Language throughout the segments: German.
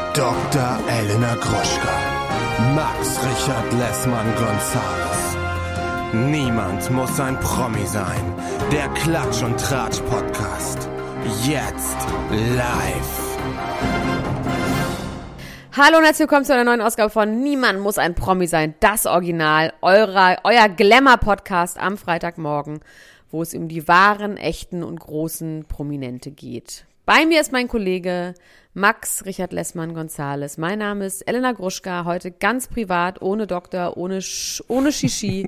Dr. Elena Gruschka, Max Richard Lessmann-Gonzales. Niemand muss ein Promi sein. Der Klatsch- und Tratsch-Podcast. Jetzt live. Hallo und herzlich willkommen zu einer neuen Ausgabe von Niemand muss ein Promi sein. Das Original, euer Glamour-Podcast am Freitagmorgen, wo es um die wahren, echten und großen Prominente geht. Bei mir ist mein Kollege Max Richard Lessmann-Gonzales. Mein Name ist Elena Gruschka, heute ganz privat, ohne Doktor, ohne Shishi.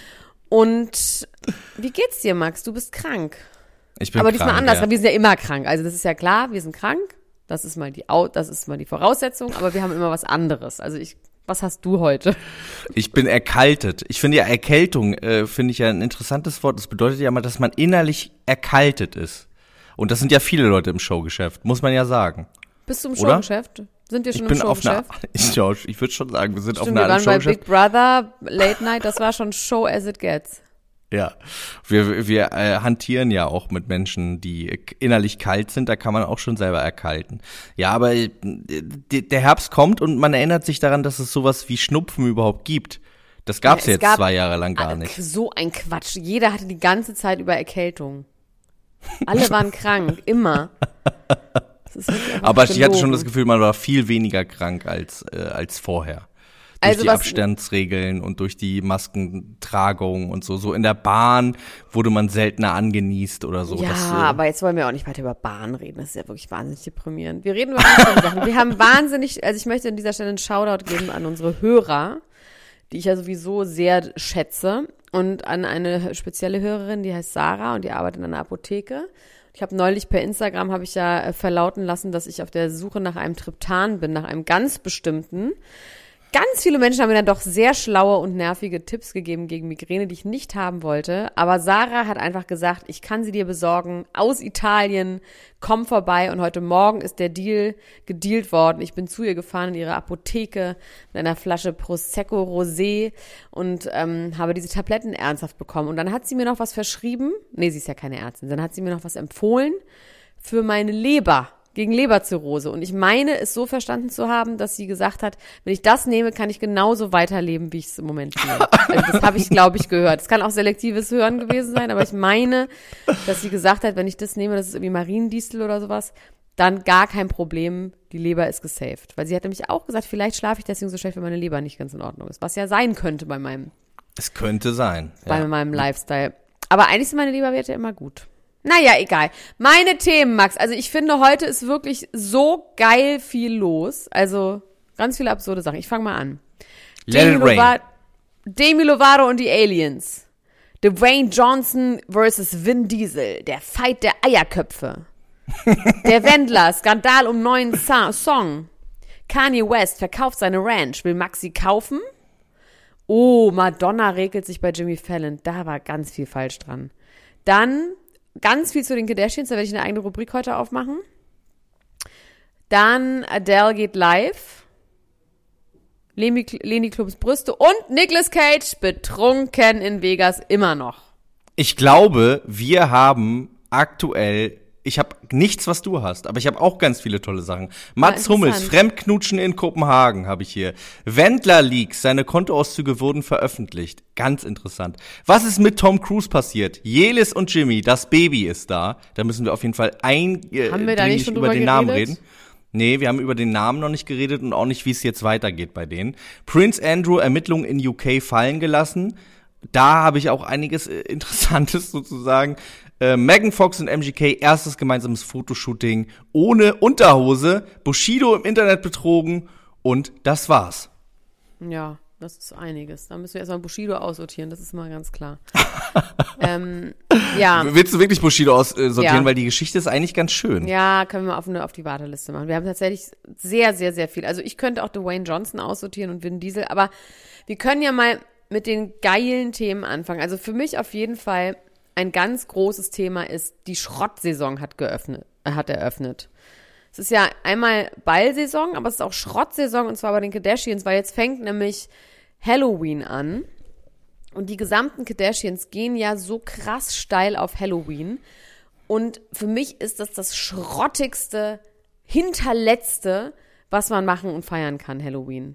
Und wie geht's dir, Max? Du bist krank. Ich bin Aber krank, diesmal anders, ja. weil wir sind ja immer krank. Also das ist ja klar, wir sind krank. Das ist mal die Voraussetzung, aber wir haben immer was anderes. Also was hast du heute? Ich bin erkaltet. Ich finde ja Erkältung, finde ich ja ein interessantes Wort. Das bedeutet ja mal, dass man innerlich erkaltet ist. Und das sind ja viele Leute im Showgeschäft, muss man ja sagen. Bist du im Oder? Showgeschäft? Sind wir schon im Showgeschäft? Ich würde schon sagen, wir sind Stimmt, auf wir einer waren bei Showgeschäft. Big Brother, Late Night, das war schon Show as it gets. Ja, wir hantieren ja auch mit Menschen, die innerlich kalt sind, da kann man auch schon selber erkalten. Ja, aber der Herbst kommt und man erinnert sich daran, dass es sowas wie Schnupfen überhaupt gibt. Das gab's jetzt 2 Jahre lang gar nicht. So ein Quatsch. Jeder hatte die ganze Zeit über Erkältung. Alle waren krank, immer. Das ist wirklich einfach Aber ich hatte gelogen. schon das Gefühl, man war viel weniger krank als vorher. Durch Also die Abstandsregeln und durch die Maskentragung und so. So in der Bahn wurde man seltener angenießt oder so. Ja, das, aber jetzt wollen wir auch nicht weiter über Bahn reden. Das ist ja wirklich wahnsinnig deprimierend. Wir reden über andere Sachen. Wir haben ich möchte an dieser Stelle einen Shoutout geben an unsere Hörer, die ich ja sowieso sehr schätze. Und an eine spezielle Hörerin, die heißt Sarah und die arbeitet in einer Apotheke. Ich habe neulich per Instagram verlauten lassen, dass ich auf der Suche nach einem Triptan bin, nach einem ganz bestimmten. Ganz viele Menschen haben mir dann doch sehr schlaue und nervige Tipps gegeben gegen Migräne, die ich nicht haben wollte. Aber Sarah hat einfach gesagt, ich kann sie dir besorgen aus Italien. Komm vorbei. Und heute Morgen ist der Deal gedealt worden. Ich bin zu ihr gefahren in ihre Apotheke mit einer Flasche Prosecco Rosé und habe diese Tabletten ernsthaft bekommen. Und dann hat sie mir noch was verschrieben. Nee, sie ist ja keine Ärztin. Dann hat sie mir noch was empfohlen für meine Leber. Gegen Leberzirrhose. Und ich meine, es so verstanden zu haben, dass sie gesagt hat, wenn ich das nehme, kann ich genauso weiterleben, wie ich es im Moment tue. Also das habe ich, glaube ich, gehört. Es kann auch selektives Hören gewesen sein, aber ich meine, dass sie gesagt hat, wenn ich das nehme, das ist irgendwie Mariendistel oder sowas, dann gar kein Problem, die Leber ist gesaved. Weil sie hat nämlich auch gesagt, vielleicht schlafe ich deswegen so schlecht, wenn meine Leber nicht ganz in Ordnung ist. Was ja sein könnte bei meinem Lifestyle. Aber eigentlich sind meine Leberwerte immer gut. Naja, egal. Meine Themen, Max. Also ich finde, heute ist wirklich so geil viel los. Also ganz viele absurde Sachen. Ich fange mal an. Demi Lovato und die Aliens. Dwayne Johnson versus Vin Diesel. Der Fight der Eierköpfe. Der Wendler. Skandal um neuen Song. Kanye West verkauft seine Ranch. Will Maxi kaufen? Oh, Madonna regelt sich bei Jimmy Fallon. Da war ganz viel falsch dran. Dann ganz viel zu den Kardashians, da werde ich eine eigene Rubrik heute aufmachen. Dann Adele geht live. Leni Klumps Brüste und Nicolas Cage betrunken in Vegas immer noch. Ich glaube, wir haben aktuell, ich habe nichts, was du hast, aber ich habe auch ganz viele tolle Sachen. Mats Hummels, Fremdknutschen in Kopenhagen habe ich hier. Wendler-Leaks, seine Kontoauszüge wurden veröffentlicht. Ganz interessant. Was ist mit Tom Cruise passiert? Jelis und Jimmy, das Baby ist da. Da müssen wir auf jeden Fall Haben wir da nicht schon über den drüber Namen geredet? reden. Nee, wir haben über den Namen noch nicht geredet und auch nicht, wie es jetzt weitergeht bei denen. Prince Andrew, Ermittlungen in UK fallen gelassen. Da habe ich auch einiges Interessantes sozusagen. Megan Fox und MGK, erstes gemeinsames Fotoshooting ohne Unterhose. Bushido im Internet betrogen und das war's. Ja, das ist einiges. Da müssen wir erstmal Bushido aussortieren, das ist mal ganz klar. Ja. Willst du wirklich Bushido aussortieren, Ja. weil die Geschichte ist eigentlich ganz schön. Ja, können wir auf die Warteliste machen. Wir haben tatsächlich sehr, sehr, sehr viel. Also ich könnte auch Dwayne Johnson aussortieren und Vin Diesel, aber wir können ja mal mit den geilen Themen anfangen. Also für mich auf jeden Fall ein ganz großes Thema ist, die Schrottsaison hat eröffnet. Es ist ja einmal Ballsaison, aber es ist auch Schrottsaison und zwar bei den Kardashians, weil jetzt fängt nämlich Halloween an und die gesamten Kardashians gehen ja so krass steil auf Halloween und für mich ist das schrottigste, hinterletzte, was man machen und feiern kann, Halloween.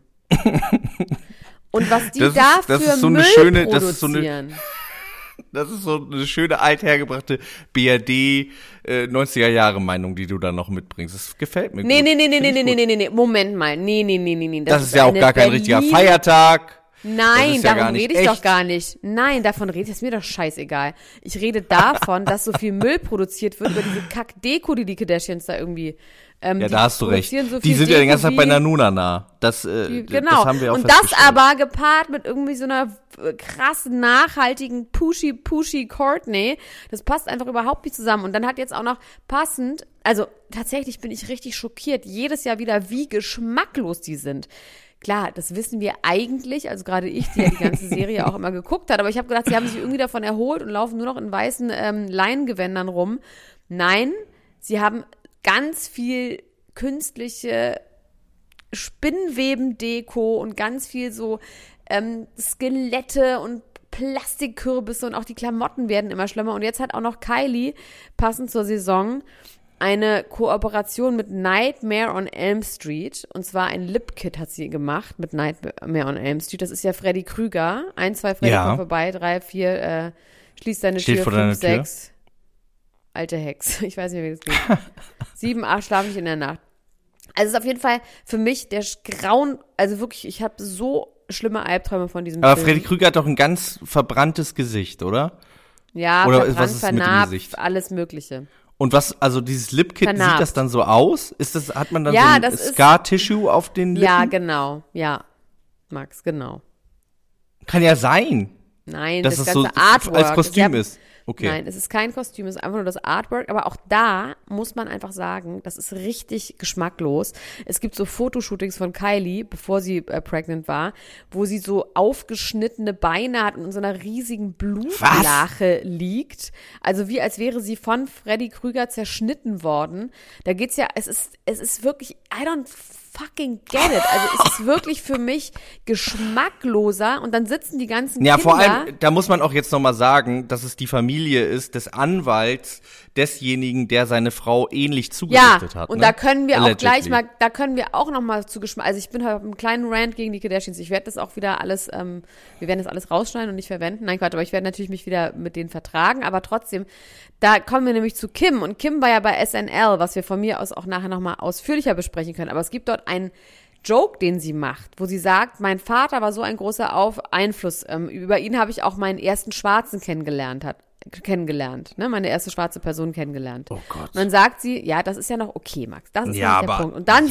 Und was die das ist so Müll eine schöne, produzieren. Das ist so eine schöne althergebrachte BRD 90er-Jahre-Meinung, die du da noch mitbringst. Das gefällt mir gut. Nee, Moment mal. Nee. Das ist ja auch gar kein richtiger Feiertag. Nein, ja darum rede ich doch gar nicht. Nein, davon rede ich, ist mir doch scheißegal. Ich rede davon, dass so viel Müll produziert wird über diese Kack-Deko, die Kardashians da irgendwie ja, da hast du recht. So die sind Deko ja den ganzen Tag bei Nanunana. Das haben wir auch und das aber gepaart mit irgendwie so einer krassen, nachhaltigen Pushy Courtney. Das passt einfach überhaupt nicht zusammen. Und dann hat jetzt auch noch passend, also tatsächlich bin ich richtig schockiert, jedes Jahr wieder, wie geschmacklos die sind. Klar, das wissen wir eigentlich, also gerade ich, die ja die ganze Serie auch immer geguckt hat, aber ich habe gedacht, sie haben sich irgendwie davon erholt und laufen nur noch in weißen Leinengewändern rum. Nein, sie haben ganz viel künstliche Spinnweben-Deko und ganz viel so Skelette und Plastikkürbisse und auch die Klamotten werden immer schlimmer. Und jetzt hat auch noch Kylie, passend zur Saison, eine Kooperation mit Nightmare on Elm Street. Und zwar ein Lip-Kit hat sie gemacht mit Nightmare on Elm Street. Das ist ja Freddy Krüger. 1, 2, Freddy kommt vorbei, 3, 4, schließt deine Steht Tür, vor 5, deiner 6. Alte Hex. Ich weiß nicht mehr, wie das geht. 7, 8 schlafe ich in der Nacht. Also es ist auf jeden Fall für mich der Grauen, also wirklich, ich habe so schlimme Albträume von diesem Aber Film. Freddy Krüger hat doch ein ganz verbranntes Gesicht, oder? Ja, oder verbrannt, was ist mit dem vernarbt, Gesicht? alles Mögliche. Und was, also dieses Lipkit, Vernarbt. sieht das dann so aus? Hat man dann Ja, so ein Scar-Tissue auf den Lippen? Ja, genau. Ja, Max, genau. Kann ja sein. Nein, dass das es ganze so Artwork. als Kostüm ist. Okay. Nein, es ist kein Kostüm, es ist einfach nur das Artwork. Aber auch da muss man einfach sagen, das ist richtig geschmacklos. Es gibt so Fotoshootings von Kylie, bevor sie pregnant war, wo sie so aufgeschnittene Beine hat und in so einer riesigen Blutlache liegt. Also wie als wäre sie von Freddy Krüger zerschnitten worden. Da geht's ja, es ist wirklich, I don't fucking get it. Also es ist wirklich für mich geschmackloser und dann sitzen die ganzen Kinder. Ja, vor allem, da muss man auch jetzt nochmal sagen, dass es die Familie ist des Anwalts desjenigen, der seine Frau ähnlich zugerichtet hat. Und ne? da können wir Allegedly. auch gleich mal, da können wir auch noch mal zu Geschmack, also ich bin heute einen kleinen Rant gegen die Kardashians. Ich werde das auch wieder alles, wir werden das alles rausschneiden und nicht verwenden. Nein, Quatsch, aber ich werde natürlich mich wieder mit denen vertragen, aber trotzdem, da kommen wir nämlich zu Kim und Kim war ja bei SNL, was wir von mir aus auch nachher noch mal ausführlicher besprechen können, aber es gibt dort einen Joke, den sie macht, wo sie sagt, mein Vater war so ein großer Einfluss, über ihn habe ich auch meinen ersten Schwarzen kennengelernt, ne, meine erste schwarze Person kennengelernt. Oh Gott. Und dann sagt sie, ja, das ist ja noch okay, Max, das ist Ja, nicht der aber- Punkt. Und dann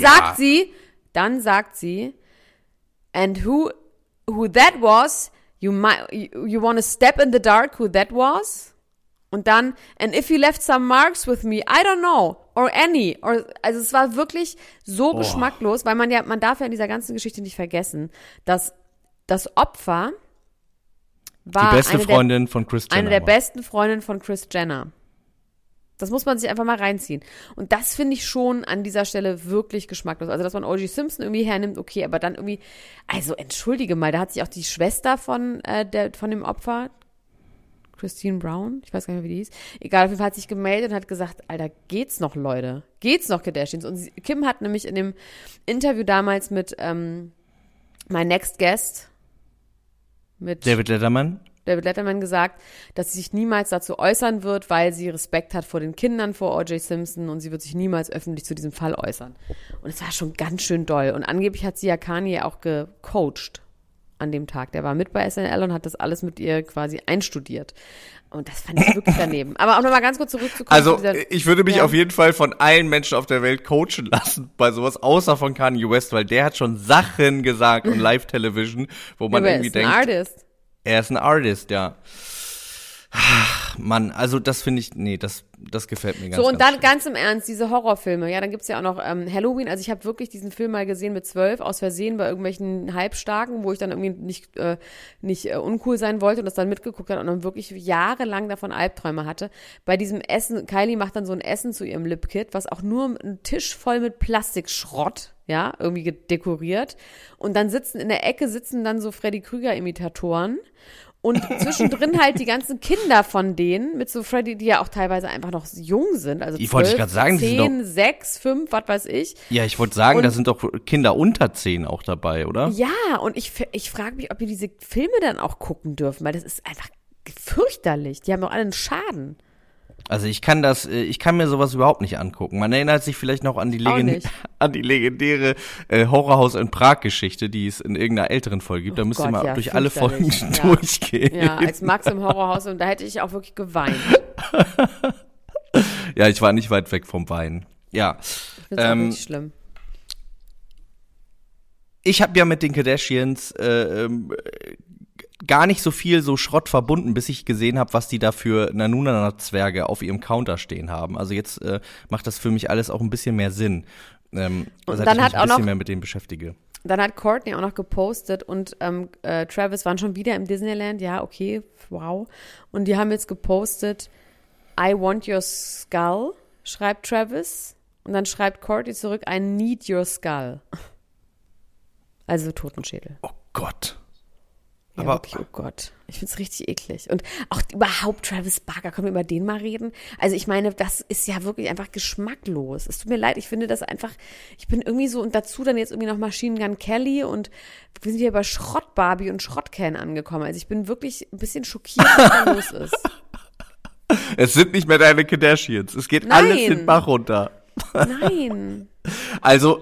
sagt sie, and who that was, you want to step in the dark who that was? Und dann, and if he left some marks with me, I don't know, or any, also es war wirklich so geschmacklos, weil man darf ja in dieser ganzen Geschichte nicht vergessen, dass das Opfer war Die beste Freundin von Kris Jenner. eine der war. besten Freundinnen von Kris Jenner. Das muss man sich einfach mal reinziehen. Und das finde ich schon an dieser Stelle wirklich geschmacklos. Also, dass man O.J. Simpson irgendwie hernimmt, okay, aber dann irgendwie, also entschuldige mal, da hat sich auch die Schwester von dem Opfer, Christine Brown, ich weiß gar nicht mehr, wie die hieß, egal, auf jeden Fall hat sich gemeldet und hat gesagt, Alter, geht's noch, Leute? Geht's noch, Kardashians? Und Kim hat nämlich in dem Interview damals mit My Next Guest, mit David Letterman gesagt, dass sie sich niemals dazu äußern wird, weil sie Respekt hat vor den Kindern, vor O.J. Simpson und sie wird sich niemals öffentlich zu diesem Fall äußern. Und es war schon ganz schön doll. Und angeblich hat sie ja Kanye auch gecoacht an dem Tag. Der war mit bei SNL und hat das alles mit ihr quasi einstudiert. Und das fand ich wirklich daneben. Aber auch nochmal ganz kurz zurückzukommen. Also, ich würde mich auf jeden Fall von allen Menschen auf der Welt coachen lassen bei sowas, außer von Kanye West, weil der hat schon Sachen gesagt und Live-Television, wo man irgendwie denkt, Artist. er ist ein Artist, ja. Ach, Mann, also das finde ich, nee, das gefällt mir ganz So, und dann schön. ganz im Ernst, diese Horrorfilme. Ja, dann gibt's ja auch noch Halloween. Also ich habe wirklich diesen Film mal gesehen mit 12, aus Versehen bei irgendwelchen Halbstarken, wo ich dann irgendwie nicht uncool sein wollte und das dann mitgeguckt habe und dann wirklich jahrelang davon Albträume hatte. Bei diesem Essen, Kylie macht dann so ein Essen zu ihrem Lip-Kit, was auch nur ein Tisch voll mit Plastikschrott, ja, irgendwie dekoriert. Und dann in der Ecke sitzen dann so Freddy Krüger-Imitatoren. Und zwischendrin halt die ganzen Kinder von denen mit so Freddy, die ja auch teilweise einfach noch jung sind. Also Ich wollte 12, gerade sagen, die 10, sind 6, 5, was weiß ich. Ja, ich wollte sagen, Und- da sind doch Kinder unter 10 auch dabei, oder? Ja, und ich frage mich, ob wir diese Filme dann auch gucken dürfen, weil das ist einfach fürchterlich. Die haben doch alle einen Schaden. Also ich kann mir sowas überhaupt nicht angucken. Man erinnert sich vielleicht noch an die, Auch nicht. an die legendäre Horrorhaus in Prag-Geschichte, die es in irgendeiner älteren Folge gibt. Da müsst ihr Gott, mal ja, durch alle Folgen fürchterlich. Ja. durchgehen. Ja, als Max im Horrorhaus und da hätte ich auch wirklich geweint. Ja, ich war nicht weit weg vom Weinen. Ja. Ich finde es auch richtig schlimm. Ich habe ja mit den Kardashians gar nicht so viel so Schrott verbunden, bis ich gesehen habe, was die da für Nanuna-Zwerge auf ihrem Counter stehen haben. Also jetzt macht das für mich alles auch ein bisschen mehr Sinn, seit dann ich mich hat ein auch bisschen noch- mehr mit denen beschäftige. Dann hat Courtney auch noch gepostet und Travis waren schon wieder im Disneyland. Ja, okay, wow. Und die haben jetzt gepostet, I want your skull, schreibt Travis. Und dann schreibt Courtney zurück, I need your skull. Also Totenschädel. Oh Gott. Ja, Aber- wirklich, oh Gott. Ich find's richtig eklig. Und auch überhaupt Travis Barker, können wir über den mal reden? Also ich meine, das ist ja wirklich einfach geschmacklos. Es tut mir leid, ich finde das einfach, ich bin irgendwie so, und dazu dann jetzt irgendwie noch Machine Gun Kelly und wir sind hier bei Schrott Barbie und Schrott Ken angekommen. Also ich bin wirklich ein bisschen schockiert, was da los ist. Es sind nicht mehr deine Kardashians. Es geht Nein. alles den Bach runter. Nein. Also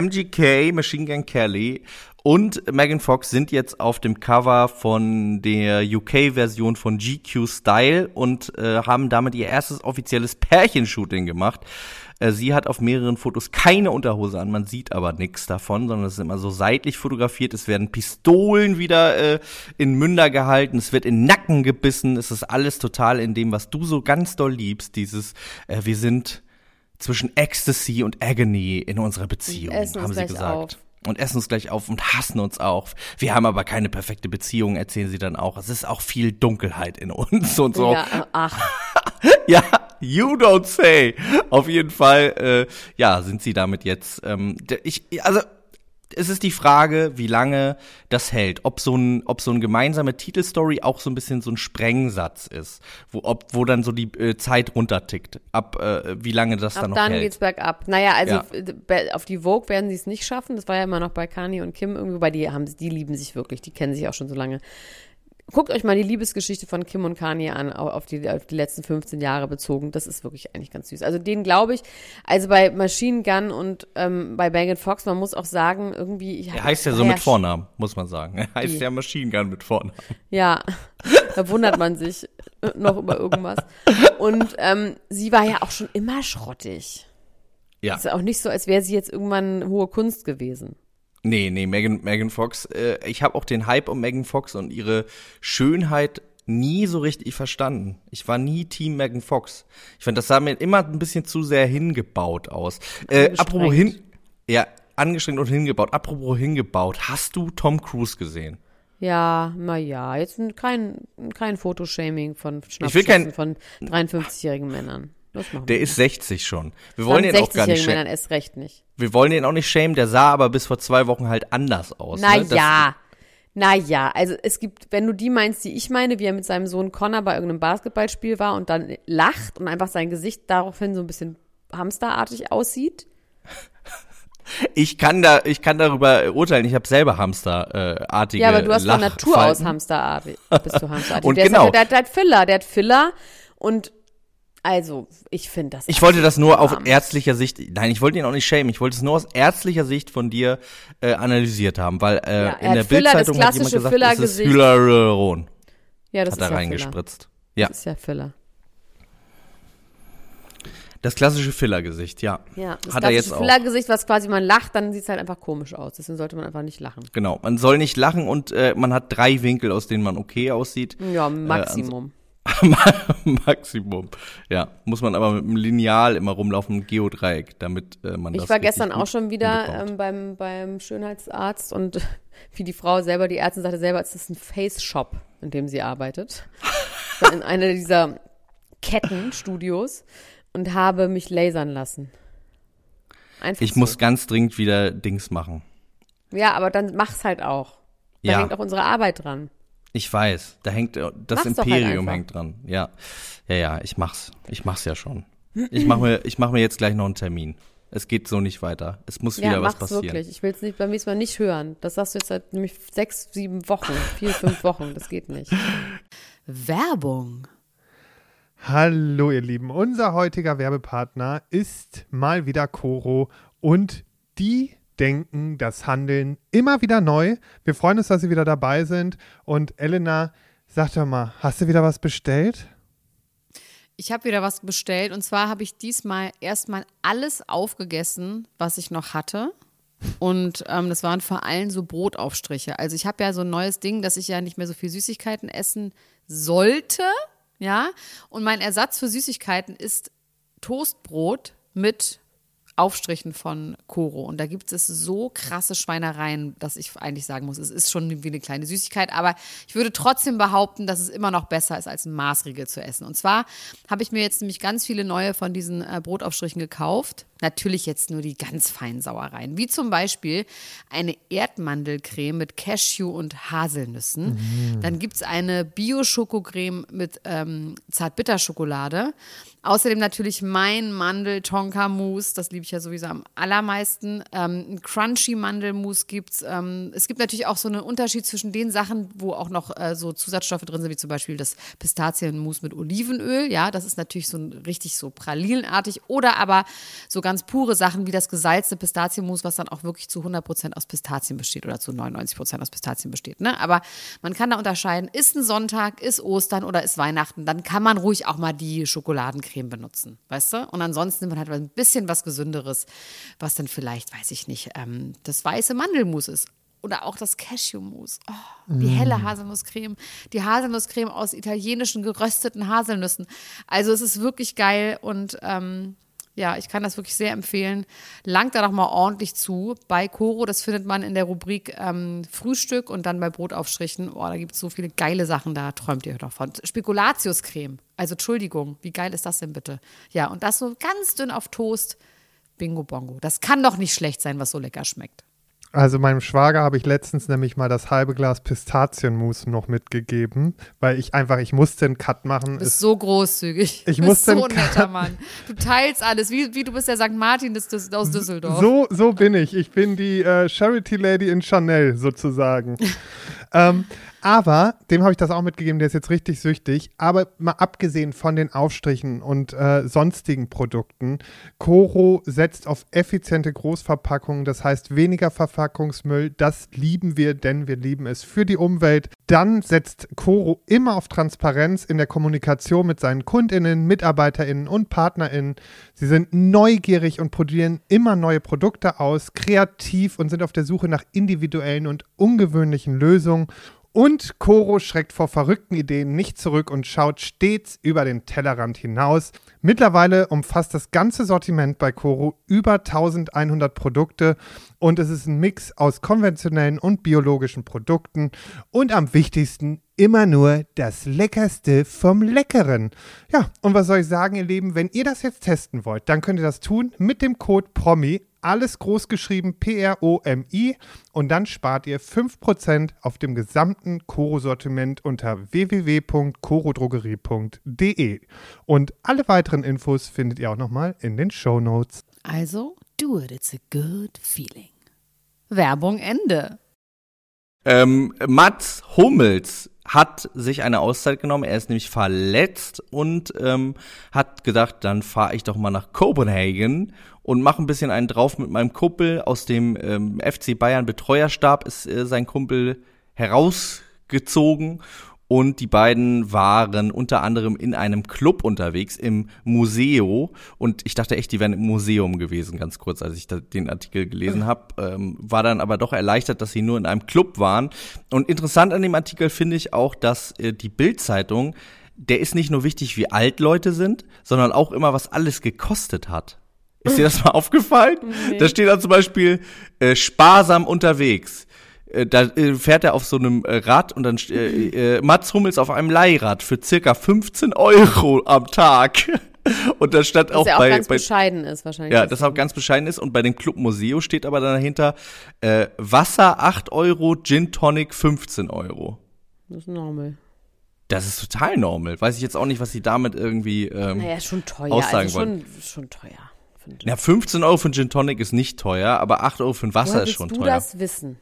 MGK, Machine Gun Kelly und Megan Fox sind jetzt auf dem Cover von der UK-Version von GQ Style und haben damit ihr erstes offizielles Pärchenshooting gemacht. Sie hat auf mehreren Fotos keine Unterhose an, man sieht aber nichts davon, sondern es ist immer so seitlich fotografiert. Es werden Pistolen wieder in Münder gehalten, es wird in Nacken gebissen. Es ist alles total in dem, was du so ganz doll liebst. Dieses, wir sind zwischen Ecstasy und Agony in unserer Beziehung, Und essen uns haben sie gleich gesagt. auf. Und essen uns gleich auf und hassen uns auch. Wir haben aber keine perfekte Beziehung, erzählen sie dann auch. Es ist auch viel Dunkelheit in uns und so. Ja, ach. Ja, you don't say. Auf jeden Fall, ja, sind sie damit jetzt. Also es ist die Frage, wie lange das hält. Ob so eine gemeinsame Titelstory auch so ein bisschen so ein Sprengsatz ist, wo dann so die Zeit runtertickt. Wie lange das dann Ab noch dann hält. geht's bergab. Naja, also Ja. Auf die Vogue werden sie es nicht schaffen. Das war ja immer noch bei Kanye und Kim irgendwie, wobei die lieben sich wirklich, die kennen sich auch schon so lange. Guckt euch mal die Liebesgeschichte von Kim und Kanye an, auf die letzten 15 Jahre bezogen. Das ist wirklich eigentlich ganz süß. Also denen glaube ich, also bei Machine Gun und bei Megan Fox, man muss auch sagen, irgendwie. Er heißt ja so mit Vornamen, muss man sagen. Er heißt Wie? ja Machine Gun mit Vornamen. Ja, da wundert man sich noch über irgendwas. Und sie war ja auch schon immer schrottig. Ja. Ist auch nicht so, als wäre sie jetzt irgendwann hohe Kunst gewesen. Nee, Megan Fox, ich habe auch den Hype um Megan Fox und ihre Schönheit nie so richtig verstanden. Ich war nie Team Megan Fox. Ich fand, das sah mir immer ein bisschen zu sehr hingebaut aus. Apropos angestrengt und hingebaut. Apropos hingebaut, hast du Tom Cruise gesehen? Ja, naja, jetzt kein Fotoshaming von Ich will Schnappschüssen von 53-jährigen Männern. Das machen Der wir ist 60 schon. Wir von wollen den auch gar nicht 60-jährigen schämen. Männern erst recht nicht. Wir wollen den auch nicht schämen, der sah aber bis vor 2 Wochen halt anders aus. Ne? Naja, also es gibt, wenn du die meinst, die ich meine, wie er mit seinem Sohn Connor bei irgendeinem Basketballspiel war und dann lacht und einfach sein Gesicht daraufhin so ein bisschen hamsterartig aussieht. Ich kann darüber urteilen, ich habe selber hamsterartige Ja, aber du hast von Natur aus Lachfalten. hamsterartig. Bist du hamsterartig. Und der genau. hat Filler und also, ich finde das. Ich wollte das nur auf arm. ärztlicher Sicht, nein, ich wollte ihn auch nicht schämen, ich wollte es nur aus ärztlicher Sicht von dir analysiert haben, weil er in der hat Filler, das Bildzeitung hat jemand klassische gesagt, es ist Filler-Gesicht. Hyaluron, Ja, das hat ist er ja reingespritzt. Filler. Ja, Das ist ja Filler. das klassische Fillergesicht, ja. Ja, das Hat er jetzt klassische auch. Filler-Gesicht, was quasi man lacht, dann sieht es halt einfach komisch aus. Deswegen sollte man einfach nicht lachen. Genau, man soll nicht lachen und man hat 3 Winkel, aus denen man okay aussieht. Ja, Maximum. Maximum. Ja, muss man aber mit einem Lineal immer rumlaufen, ein Geodreieck, damit man das Ich war richtig gestern auch gut schon wieder hinbekommt. beim Schönheitsarzt und wie die Frau selber, die Ärztin sagte selber, es ist ein Face-Shop, in dem sie arbeitet. Ich war in einer dieser Kettenstudios und habe mich lasern lassen. Einfach Ich so. muss ganz dringend wieder Dings machen. Ja, aber dann mach's halt auch. Da Ja. hängt auch unsere Arbeit dran. Ich weiß, da hängt das Mach's Imperium halt hängt dran. Ja, ich mach's ja schon. Ich mach mir jetzt gleich noch einen Termin. Es geht so nicht weiter. Es muss wieder was passieren. Wirklich. Ich will es nicht beim nächsten Mal nicht hören. Das sagst du jetzt seit nämlich 6, 7 Wochen, 4, 5 Wochen. Das geht nicht. Werbung. Hallo ihr Lieben, unser heutiger Werbepartner ist mal wieder Coro und die denken das Handeln immer wieder neu. Wir freuen uns, dass Sie wieder dabei sind und Elena, sag doch mal, hast du wieder was bestellt? Ich habe wieder was bestellt und zwar habe ich diesmal erstmal alles aufgegessen, was ich noch hatte. Und das waren vor allem so Brotaufstriche. Also ich habe ja so ein neues Ding, dass ich ja nicht mehr so viel Süßigkeiten essen sollte. Ja, und mein Ersatz für Süßigkeiten ist Toastbrot mit Aufstrichen von Coro. Und da gibt es so krasse Schweinereien, dass ich eigentlich sagen muss, es ist schon wie eine kleine Süßigkeit, aber ich würde trotzdem behaupten, dass es immer noch besser ist, als ein Maßriegel zu essen. Und zwar habe ich mir jetzt nämlich ganz viele neue von diesen Brotaufstrichen gekauft. Natürlich jetzt nur die ganz feinen Sauereien, wie zum Beispiel eine Erdmandelcreme mit Cashew und Haselnüssen. Dann gibt es eine Bio-Schokocreme mit Zartbitterschokolade. Außerdem natürlich mein Mandel-Tonka-Mousse, das liebe ich ja sowieso am allermeisten. Ein Crunchy-Mandelmousse gibt's. Es gibt natürlich auch so einen Unterschied zwischen den Sachen, wo auch noch so Zusatzstoffe drin sind, wie zum Beispiel das Pistazienmousse mit Olivenöl. Ja, das ist natürlich so richtig so pralinenartig. Oder aber so ganz pure Sachen wie das gesalzte Pistazienmus, was dann auch wirklich zu 100% aus Pistazien besteht oder zu 99% aus Pistazien besteht. Ne? Aber man kann da unterscheiden, ist ein Sonntag, ist Ostern oder ist Weihnachten, dann kann man ruhig auch mal die Schokoladencreme benutzen, weißt du? Und ansonsten nimmt man halt ein bisschen was Gesünderes, was dann vielleicht, weiß ich nicht, das weiße Mandelmus ist. Oder auch das Cashewmus. Oh, die helle Haselnusscreme. Die Haselnusscreme aus italienischen gerösteten Haselnüssen. Also es ist wirklich geil und ja, ich kann das wirklich sehr empfehlen. Langt da doch mal ordentlich zu. Bei Coro, das findet man in der Rubrik Frühstück und dann bei Brotaufstrichen. Oh, da gibt es so viele geile Sachen, da träumt ihr davon. Spekulatiuscreme. Also Entschuldigung, wie geil ist das denn bitte? Ja, und das so ganz dünn auf Toast. Bingo bongo. Das kann doch nicht schlecht sein, was so lecker schmeckt. Also meinem Schwager habe ich letztens nämlich mal das halbe Glas Pistazienmus noch mitgegeben, weil ich musste einen Cut machen. Du bist so großzügig. Du bist so ein netter Mann. Du teilst alles, wie du bist der St. Martin aus Düsseldorf. So bin ich. Ich bin die Charity Lady in Chanel sozusagen. Aber dem habe ich das auch mitgegeben, der ist jetzt richtig süchtig. Aber mal abgesehen von den Aufstrichen und sonstigen Produkten, Coro setzt auf effiziente Großverpackungen, das heißt weniger Verpackungsmüll. Das lieben wir, denn wir lieben es für die Umwelt. Dann setzt Coro immer auf Transparenz in der Kommunikation mit seinen KundInnen, MitarbeiterInnen und PartnerInnen. Sie sind neugierig und probieren immer neue Produkte aus, kreativ und sind auf der Suche nach individuellen und ungewöhnlichen Lösungen. Und Coro schreckt vor verrückten Ideen nicht zurück und schaut stets über den Tellerrand hinaus. Mittlerweile umfasst das ganze Sortiment bei Coro über 1100 Produkte und es ist ein Mix aus konventionellen und biologischen Produkten und am wichtigsten immer nur das Leckerste vom Leckeren. Ja, und was soll ich sagen, ihr Lieben, wenn ihr das jetzt testen wollt, dann könnt ihr das tun mit dem Code PROMI. Alles groß geschrieben, PROMI, und dann spart ihr 5% auf dem gesamten Coro-Sortiment unter www.corodrogerie.de. Und alle weiteren Infos findet ihr auch nochmal in den Shownotes. Also, do it, it's a good feeling. Werbung Ende. Mats Hummels hat sich eine Auszeit genommen, er ist nämlich verletzt und hat gedacht, dann fahre ich doch mal nach Kopenhagen und mache ein bisschen einen drauf mit meinem Kumpel aus dem FC Bayern Betreuerstab, ist sein Kumpel herausgezogen und die beiden waren unter anderem in einem Club unterwegs, im Museo, und ich dachte echt, die wären im Museum gewesen, ganz kurz, als ich den Artikel gelesen habe, war dann aber doch erleichtert, dass sie nur in einem Club waren. Und interessant an dem Artikel finde ich auch, dass die Bild-Zeitung, der ist nicht nur wichtig, wie alt Leute sind, sondern auch immer, was alles gekostet hat. Ist dir das mal aufgefallen? Nee. Da steht dann zum Beispiel sparsam unterwegs. Da fährt er auf so einem Rad und dann Mats Hummels auf einem Leihrad für circa 15 € am Tag. Und da stand auch bei ganz bescheiden ist wahrscheinlich. Ja, das auch ganz bescheiden ist. Und bei dem Club Museo steht aber dann dahinter Wasser 8 €, Gin Tonic 15 €. Das ist normal. Das ist total normal. Weiß ich jetzt auch nicht, was sie damit irgendwie naja, schon teuer. aussagen also wollen. Schon teuer. Ja, 15 € für einen Gin Tonic ist nicht teuer, aber 8 € für ein Wasser ist schon teuer. Woher willst du das wissen?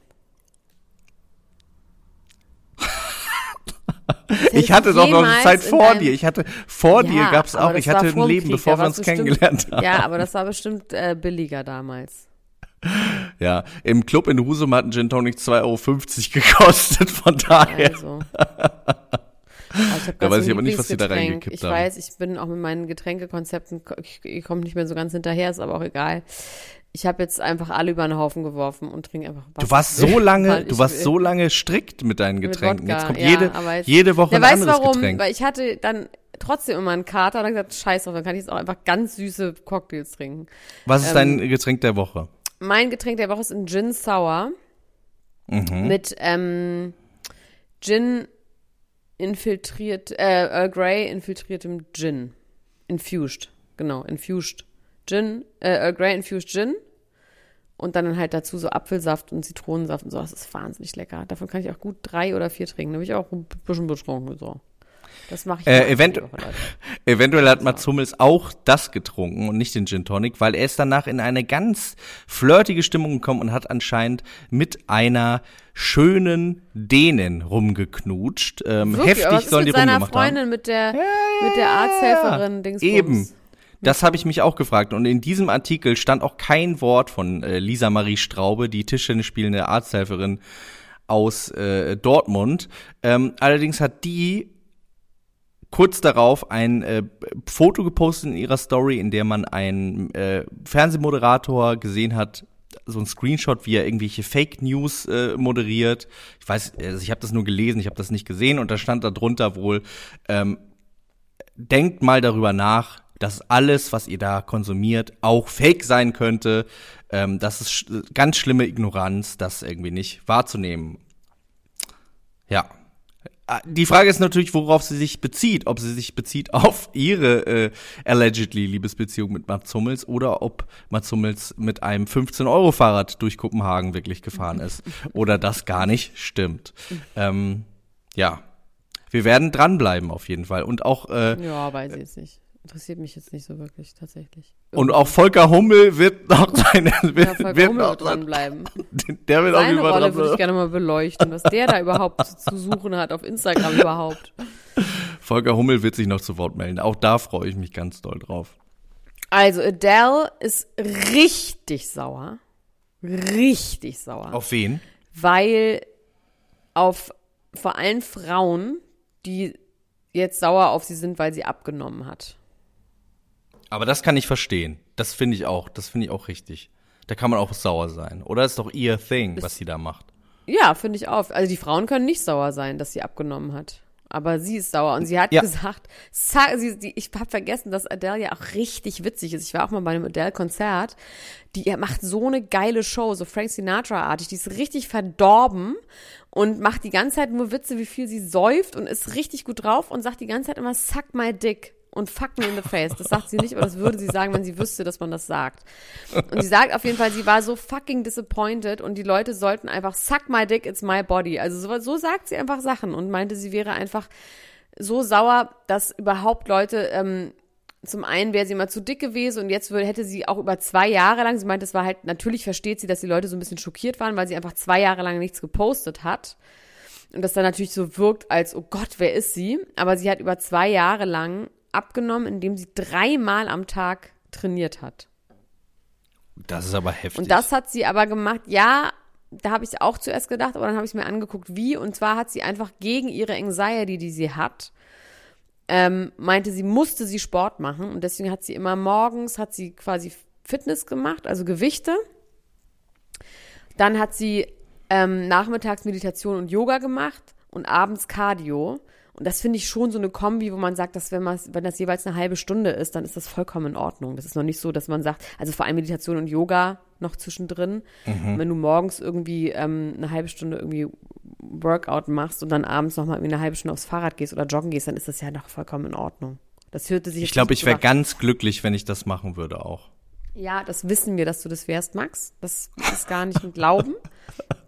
Ich hatte doch noch eine Zeit vor dir. Ich hatte vor dir gab's auch. Ich hatte ein Leben, bevor wir uns kennengelernt haben. Ja, aber das war bestimmt billiger damals. Ja, im Club in Husum hat ein Gin Tonic 2,50 € gekostet, von daher. Also. Da weiß ich aber nicht, was sie da reingekippt Ich haben. weiß, ich bin auch mit meinen Getränkekonzepten, ich komme nicht mehr so ganz hinterher, ist aber auch egal. Ich habe jetzt einfach alle über den Haufen geworfen und trinke einfach Wasser. Du warst so lange strikt mit deinen Getränken. Mit Jetzt kommt ja, jede Woche ein anderes Getränk. Weil ich hatte dann trotzdem immer einen Kater und dann gesagt, scheiß drauf, dann kann ich jetzt auch einfach ganz süße Cocktails trinken. Was ist dein Getränk der Woche? Mein Getränk der Woche ist ein Gin Sour mit Gin Earl Grey infiltriertem Gin. Infused. Gin, Earl Grey Infused Gin. Und dann halt dazu so Apfelsaft und Zitronensaft und so. Das ist wahnsinnig lecker. Davon kann ich auch gut 3 oder 4 trinken. Da habe ich auch ein bisschen betrunken. So. Das mache ich eventuell hat Mats Hummels auch das getrunken und nicht den Gin Tonic, weil er ist danach in eine ganz flirtige Stimmung gekommen und hat anscheinend mit einer schönen Dänin rumgeknutscht. Heftig sollen die rumgemacht haben. Mit der Arzthelferin Dingsbums. Eben. Das habe ich mich auch gefragt. Und in diesem Artikel stand auch kein Wort von Lisa Marie Straube, die Tischtennis spielende Arzthelferin aus Dortmund. Allerdings hat die kurz darauf ein Foto gepostet in ihrer Story, in der man einen Fernsehmoderator gesehen hat, so ein Screenshot, wie er irgendwelche Fake News moderiert. Ich weiß, also ich habe das nur gelesen, ich habe das nicht gesehen. Und da stand da drunter wohl, denkt mal darüber nach, dass alles, was ihr da konsumiert, auch Fake sein könnte. Das ist ganz schlimme Ignoranz, das irgendwie nicht wahrzunehmen. Ja. Die Frage ist natürlich, worauf sie sich bezieht. Ob sie sich bezieht auf ihre allegedly Liebesbeziehung mit Mats Hummels oder ob Mats Hummels mit einem 15-€ durch Kopenhagen wirklich gefahren ist. Oder das gar nicht stimmt. Ja. Wir werden dranbleiben auf jeden Fall. Und auch ja, weiß ich jetzt nicht. Interessiert mich jetzt nicht so wirklich, tatsächlich. Und auch Volker Hummel wird noch seine dranbleiben. Der wird Seine auch über Rolle würde ich gerne mal beleuchten, was der da überhaupt zu suchen hat auf Instagram überhaupt. Volker Hummel wird sich noch zu Wort melden. Auch da freue ich mich ganz doll drauf. Also Adele ist richtig sauer. Richtig sauer. Auf wen? Weil vor allem Frauen, die jetzt sauer auf sie sind, weil sie abgenommen hat. Aber das kann ich verstehen. Das finde ich auch richtig. Da kann man auch sauer sein. Oder ist doch ihr Thing, was sie da macht. Ja, finde ich auch. Also die Frauen können nicht sauer sein, dass sie abgenommen hat. Aber sie ist sauer. Und sie hat gesagt, ich habe vergessen, dass Adele ja auch richtig witzig ist. Ich war auch mal bei einem Adele-Konzert. Die macht so eine geile Show, so Frank Sinatra-artig. Die ist richtig verdorben und macht die ganze Zeit nur Witze, wie viel sie säuft und ist richtig gut drauf und sagt die ganze Zeit immer, suck my dick. Und fuck me in the face. Das sagt sie nicht, aber das würde sie sagen, wenn sie wüsste, dass man das sagt. Und sie sagt auf jeden Fall, sie war so fucking disappointed und die Leute sollten einfach suck my dick, it's my body. Also so sagt sie einfach Sachen und meinte, sie wäre einfach so sauer, dass überhaupt Leute, zum einen wäre sie immer zu dick gewesen und jetzt hätte sie auch über 2 Jahre lang, sie meinte, es war halt, natürlich versteht sie, dass die Leute so ein bisschen schockiert waren, weil sie einfach 2 Jahre lang nichts gepostet hat. Und das dann natürlich so wirkt als, oh Gott, wer ist sie? Aber sie hat über 2 Jahre lang abgenommen, indem sie 3-mal am Tag trainiert hat. Das ist aber heftig. Und das hat sie aber gemacht, ja, da habe ich auch zuerst gedacht, aber dann habe ich mir angeguckt, wie. Und zwar hat sie einfach gegen ihre Anxiety, die sie hat, meinte, sie musste Sport machen. Und deswegen hat sie immer morgens, hat sie quasi Fitness gemacht, also Gewichte. Dann hat sie nachmittags Meditation und Yoga gemacht und abends Cardio. Und das finde ich schon so eine Kombi, wo man sagt, dass wenn das jeweils eine halbe Stunde ist, dann ist das vollkommen in Ordnung. Das ist noch nicht so, dass man sagt, also vor allem Meditation und Yoga noch zwischendrin. Und wenn du morgens irgendwie eine halbe Stunde irgendwie Workout machst und dann abends nochmal irgendwie eine halbe Stunde aufs Fahrrad gehst oder joggen gehst, dann ist das ja noch vollkommen in Ordnung. Das hörte sich. Ich glaube, ich wäre ganz glücklich, wenn ich das machen würde auch. Ja, das wissen wir, dass du das wärst, Max. Das ist gar nicht ein Glauben.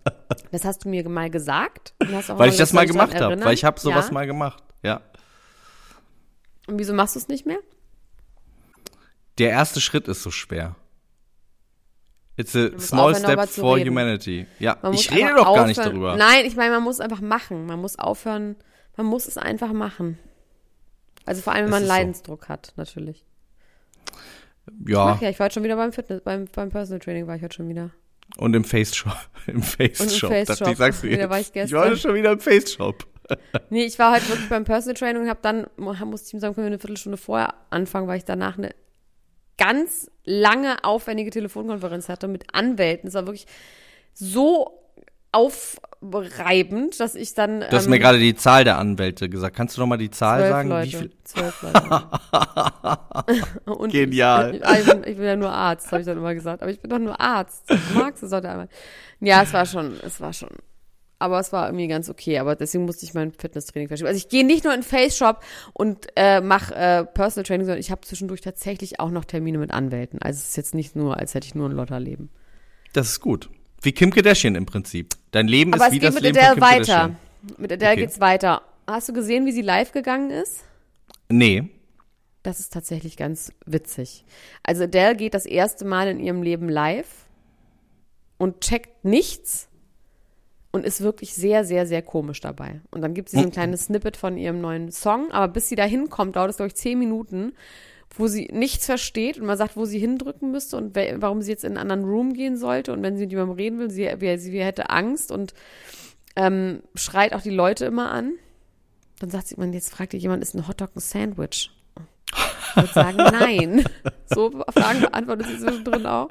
Das hast du mir mal gesagt. Und hast auch Weil mal ich das mal gemacht habe. erinnern. Weil ich habe sowas Ja? mal gemacht. Ja. Und wieso machst du es nicht mehr? Der erste Schritt ist so schwer. It's a muss small aufhören, darüber step zu for reden. humanity. Ja, Man muss ich rede einfach doch gar nicht aufhören. darüber. Nein, ich meine, man muss einfach machen. Man muss aufhören. Man muss es einfach machen. Also vor allem, wenn Es man ist so. Leidensdruck hat, natürlich. Ja, Ach ja, ich war heute schon wieder beim Fitness, beim Personal Training war ich heute schon wieder. und im Face-Shop. Im Face-Shop. Face Dachte Shop. ich, sag's mir Da war ich jetzt. gestern. Ich war heute schon wieder im Face-Shop. Nee, ich war heute wirklich beim Personal Training und habe dann, musste ich ihm sagen, können wir eine Viertelstunde vorher anfangen, weil ich danach eine ganz lange, aufwendige Telefonkonferenz hatte mit Anwälten. Es war wirklich so aufreibend, dass ich dann. Du hast mir gerade die Zahl der Anwälte gesagt. Kannst du noch mal die Zahl 12 sagen? Leute. Wie viel? 12 Leute. Und Genial. Ich bin ja nur Arzt, habe ich dann immer gesagt. Aber ich bin doch nur Arzt. Magst du es heute einmal? Ja, es war schon. Aber es war irgendwie ganz okay. Aber deswegen musste ich mein Fitnesstraining verschieben. Also ich gehe nicht nur in Face Shop und mache Personal Training, sondern ich habe zwischendurch tatsächlich auch noch Termine mit Anwälten. Also es ist jetzt nicht nur, als hätte ich nur ein Lotterleben. Das ist gut. Wie Kim Kardashian im Prinzip. Dein Leben Aber ist wie es geht das mit Leben von Adele Kim weiter. Kardashian. Mit Adele Okay. geht's weiter. Hast du gesehen, wie sie live gegangen ist? Nee. Das ist tatsächlich ganz witzig. Also Adele geht das erste Mal in ihrem Leben live und checkt nichts und ist wirklich sehr, sehr, sehr komisch dabei. Und dann gibt sie so ein kleines Snippet von ihrem neuen Song, aber bis sie da hinkommt, dauert es, glaube ich, 10 Minuten, wo sie nichts versteht und man sagt, wo sie hindrücken müsste und warum sie jetzt in einen anderen Room gehen sollte und wenn sie mit jemandem reden will, sie hätte Angst und schreit auch die Leute immer an. Dann sagt sie, jetzt fragt ihr jemand, ist ein Hotdog ein Sandwich? Ich würde sagen, nein. So Fragen beantwortet sie zwischendrin auch.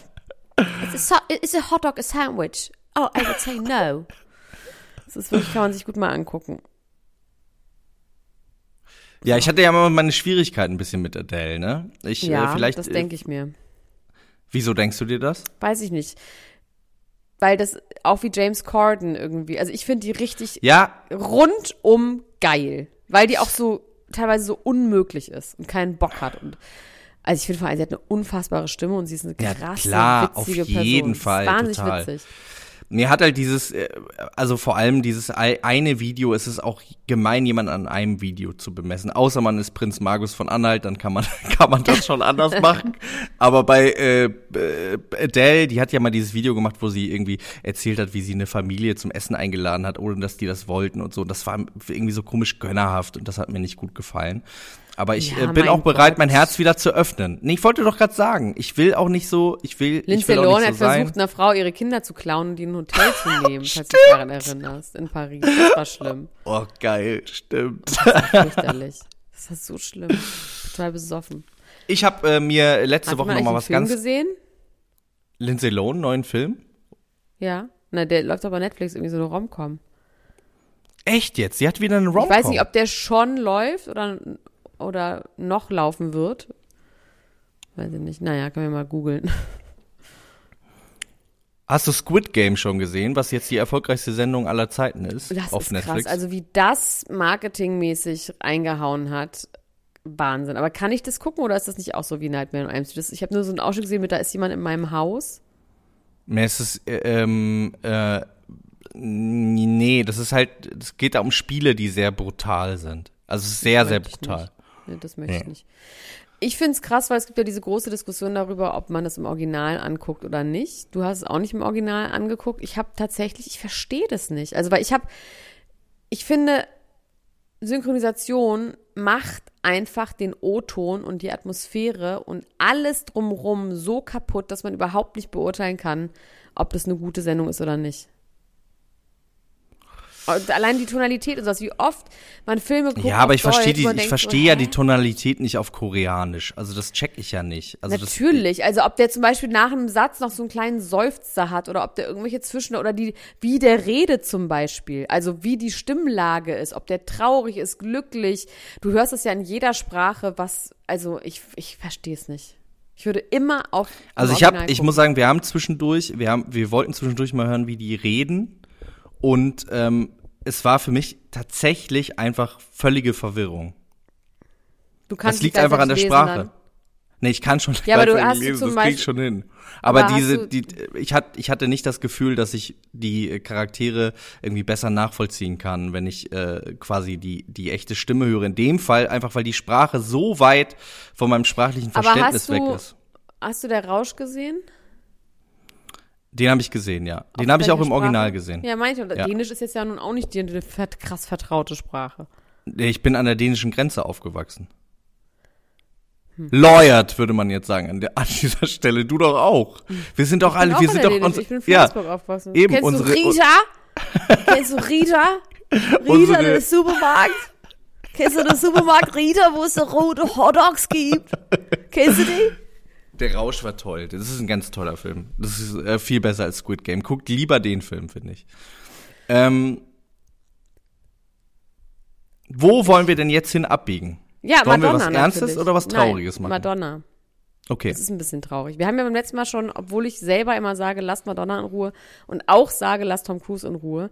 Is a hot dog a sandwich? Oh, I would say no. Das ist wirklich, kann man sich gut mal angucken. Ja, ich hatte ja mal meine Schwierigkeiten ein bisschen mit Adele, ne? Vielleicht, das denke ich mir. Wieso denkst du dir das? Weiß ich nicht. Weil das auch wie James Corden irgendwie, also ich finde die richtig Ja, rundum geil. Weil die auch so teilweise so unmöglich ist und keinen Bock hat. Und also ich finde vor allem, sie hat eine unfassbare Stimme und sie ist eine Ja, krasse, klar, witzige auf Person. jeden Das ist Fall, wahnsinnig total. witzig. mir hat halt also vor allem dieses eine Video, es ist auch gemein, jemanden an einem Video zu bemessen. Außer man ist Prinz Magus von Anhalt, dann kann man das schon anders machen. Aber bei Adele, die hat ja mal dieses Video gemacht, wo sie irgendwie erzählt hat, wie sie eine Familie zum Essen eingeladen hat, ohne dass die das wollten und so. Das war irgendwie so komisch gönnerhaft und das hat mir nicht gut gefallen. Aber ich Ja, bin mein auch bereit, Gott. mein Herz wieder zu öffnen. Nee, ich wollte doch gerade sagen, ich will auch nicht so, ich will Lindsay auch Lohan nicht hat so sein. versucht, einer Frau ihre Kinder zu klauen und die in ein Hotel zu nehmen, falls du dich daran erinnerst, in Paris. Das war schlimm. Oh, geil, stimmt. Fürchterlich. Das war so schlimm. Total besoffen. Ich habe mir letzte Hat Woche man noch mal eigentlich was einen Film ganz gesehen? Lindsay Lohan, neuen Film? Ja. Na, der läuft aber bei Netflix, irgendwie so eine Rom-Com. Echt jetzt? Sie hat wieder eine Rom-Com. Ich weiß nicht, ob der schon läuft oder noch laufen wird. Weiß ich nicht. Naja, können wir mal googeln. Hast du Squid Game schon gesehen, was jetzt die erfolgreichste Sendung aller Zeiten ist Das auf ist Netflix? krass. Also wie das marketingmäßig eingehauen hat, Wahnsinn. Aber kann ich das gucken oder ist das nicht auch so wie Nightmare on Elm Street? Ich habe nur so einen Ausschnitt gesehen mit, da ist jemand in meinem Haus. Nee, es ist, nee, das ist halt, es geht da um Spiele, die sehr brutal sind. Also es ist sehr, sehr Möchte ich brutal. nicht. Nee, das möchte ich Nee. nicht. Ich finde es krass, weil es gibt ja diese große Diskussion darüber, ob man das im Original anguckt oder nicht. Du hast es auch nicht im Original angeguckt. Ich verstehe das nicht. Also, weil ich finde, Synchronisation macht einfach den O-Ton und die Atmosphäre und alles drumherum so kaputt, dass man überhaupt nicht beurteilen kann, ob das eine gute Sendung ist oder nicht. Und allein die Tonalität und sowas, wie oft man Filme guckt. Ja, aber auf ich verstehe Deutsch, wo man ich denkt verstehe so, ja hä? die Tonalität nicht auf Koreanisch. Also das check ich ja nicht. Also Natürlich, also ob der zum Beispiel nach einem Satz noch so einen kleinen Seufzer hat oder ob der irgendwelche oder wie der redet zum Beispiel, also wie die Stimmlage ist, ob der traurig ist, glücklich. Du hörst es ja in jeder Sprache, ich verstehe es nicht. Ich würde immer auf Also ich muss sagen, wir wollten zwischendurch mal hören, wie die reden. Und es war für mich tatsächlich einfach völlige Verwirrung. du kannst Das liegt die einfach an der gleichzeitig Sprache. lesen Nee, ich kann schon Ja, aber du gleichzeitig hast lesen, zum das krieg ich Beispiel- schon hin. Aber Aber ich hatte nicht das Gefühl, dass ich die Charaktere irgendwie besser nachvollziehen kann, wenn ich quasi die echte Stimme höre. In dem Fall einfach, weil die Sprache so weit von meinem sprachlichen Aber Verständnis weg ist. Hast du der Rausch gesehen? Den habe ich gesehen, ja. Den Auf habe ich auch welche im Original Sprache? gesehen. Ja, meinte ich. Und Ja. Dänisch ist jetzt ja nun auch nicht die krass vertraute Sprache. Ich bin an der dänischen Grenze aufgewachsen. Lawyered, würde man jetzt sagen, an dieser Stelle. Du doch auch. Wir sind doch alle, Auch wir in sind der doch Dänisch. Ich bin in Flensburg aufgewachsen. eben Kennst unsere- du Rita? Kennst du Rita? Rita, Unsere- der Supermarkt? Kennst du den Supermarkt Rita, wo es so rote Hotdogs gibt? Kennst du die? Der Rausch war toll. Das ist ein ganz toller Film. Das ist viel besser als Squid Game. Guckt lieber den Film, finde ich. Wo wollen wir denn jetzt hin abbiegen? Ja, Wollen Madonna wir was Ernstes natürlich. oder was Trauriges Nein, machen? Madonna. Okay. Das ist ein bisschen traurig. Wir haben ja beim letzten Mal schon, obwohl ich selber immer sage, lasst Madonna in Ruhe und auch sage, lasst Tom Cruise in Ruhe.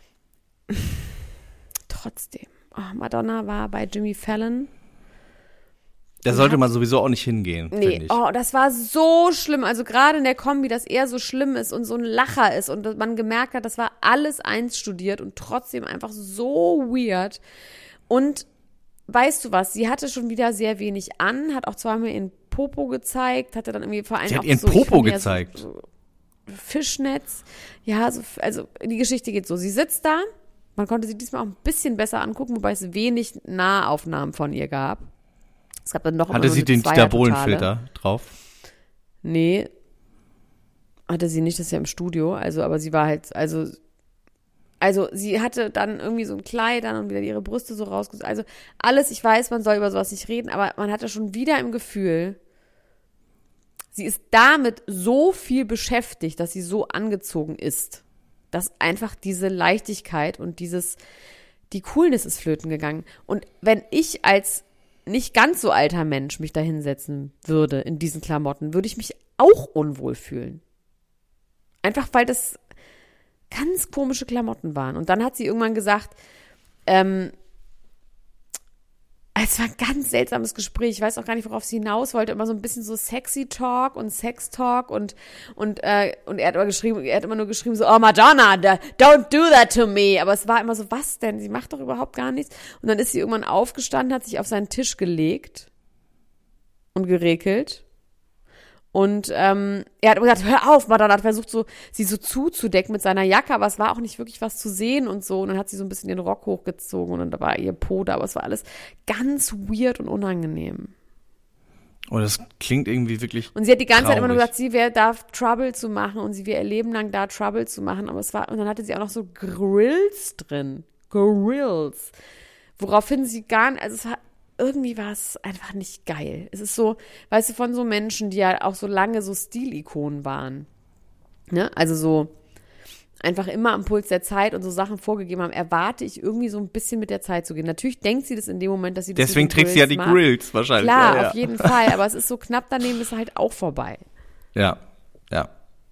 Trotzdem. Madonna war bei Jimmy Fallon. Da sollte man sowieso auch nicht hingehen, Nee, finde ich. das war so schlimm. Also gerade in der Kombi, dass er so schlimm ist und so ein Lacher ist und dass man gemerkt hat, das war alles einstudiert und trotzdem einfach so weird. Und weißt du was, sie hatte schon wieder sehr wenig an, hat auch zweimal ihren Popo gezeigt, hatte dann irgendwie vor allem Sie hat auch ihren so, ich Popo finde ja gezeigt? So Fischnetz. Ja, also die Geschichte geht so. Sie sitzt da, man konnte sie diesmal auch ein bisschen besser angucken, wobei es wenig Nahaufnahmen von ihr gab. Es gab dann noch Hatte immer sie nur den eine Dieter Zweier-Totale. Bohlen-Filter drauf? Nee, hatte sie nicht, das ist ja im Studio, aber sie war halt, also sie hatte dann irgendwie so ein Kleid an und wieder ihre Brüste so rausgesucht, also alles, ich weiß, man soll über sowas nicht reden, aber man hatte schon wieder im Gefühl, sie ist damit so viel beschäftigt, dass sie so angezogen ist, dass einfach diese Leichtigkeit und die Coolness ist flöten gegangen. Und wenn ich als nicht ganz so alter Mensch mich da hinsetzen würde in diesen Klamotten, würde ich mich auch unwohl fühlen. Einfach weil das ganz komische Klamotten waren. Und dann hat sie irgendwann gesagt, es war ein ganz seltsames Gespräch. Ich weiß auch gar nicht, worauf sie hinaus wollte. Immer so ein bisschen so sexy Talk und Sex Talk und er hat immer nur geschrieben so, oh Madonna, don't do that to me. Aber es war immer so, was denn? Sie macht doch überhaupt gar nichts. Und dann ist sie irgendwann aufgestanden, hat sich auf seinen Tisch gelegt und gerekelt. Und er hat immer gesagt, hör auf, Madonna hat versucht, sie so zuzudecken mit seiner Jacke, aber es war auch nicht wirklich was zu sehen und so. Und dann hat sie so ein bisschen den Rock hochgezogen und dann da war ihr Po da, aber es war alles ganz weird und unangenehm. Oh, das klingt irgendwie wirklich Und sie hat die ganze Zeit immer nur traurig. gesagt, sie wäre da Trouble zu machen und sie wäre ihr Leben lang da Trouble zu machen, aber und dann hatte sie auch noch so Grills drin. Grills. Woraufhin sie irgendwie war es einfach nicht geil. Es ist so, weißt du, von so Menschen, die ja auch so lange so Stilikonen waren. Ne? Also so einfach immer am Puls der Zeit und so Sachen vorgegeben haben, erwarte ich irgendwie so ein bisschen mit der Zeit zu gehen. Natürlich denkt sie das in dem Moment, dass sie das Deswegen mit den trägt sie ja die mag. Grills wahrscheinlich. Klar, ja, ja. auf jeden Fall. Aber es ist so knapp daneben, ist halt auch vorbei. Ja, ja.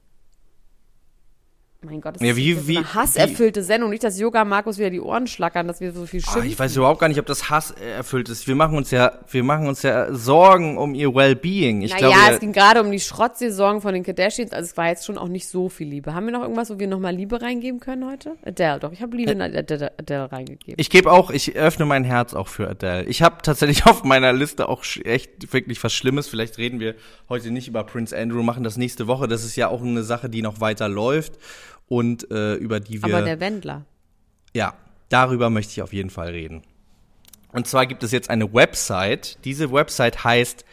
Mein Gott, das Ja, ist eine hasserfüllte Sendung. Nicht, dass Yoga Markus wieder die Ohren schlackern, dass wir so viel schimpfen. Ich weiß überhaupt gar nicht, ob das Hass erfüllt ist. Wir machen uns ja Sorgen um ihr Wellbeing. Ich glaube, es ging gerade um die Schrottsaison von den Kardashians. Also es war jetzt schon auch nicht so viel Liebe. Haben wir noch irgendwas, wo wir nochmal Liebe reingeben können heute? Adele, doch. Ich habe Liebe in Adele reingegeben. ich öffne mein Herz auch für Adele. Ich habe tatsächlich auf meiner Liste auch echt wirklich was Schlimmes. Vielleicht reden wir heute nicht über Prince Andrew, machen das nächste Woche. Das ist ja auch eine Sache, die noch weiter läuft und über die wir... Aber der Wendler. Ja, darüber möchte ich auf jeden Fall reden. Und zwar gibt es jetzt eine Website. Diese Website heißt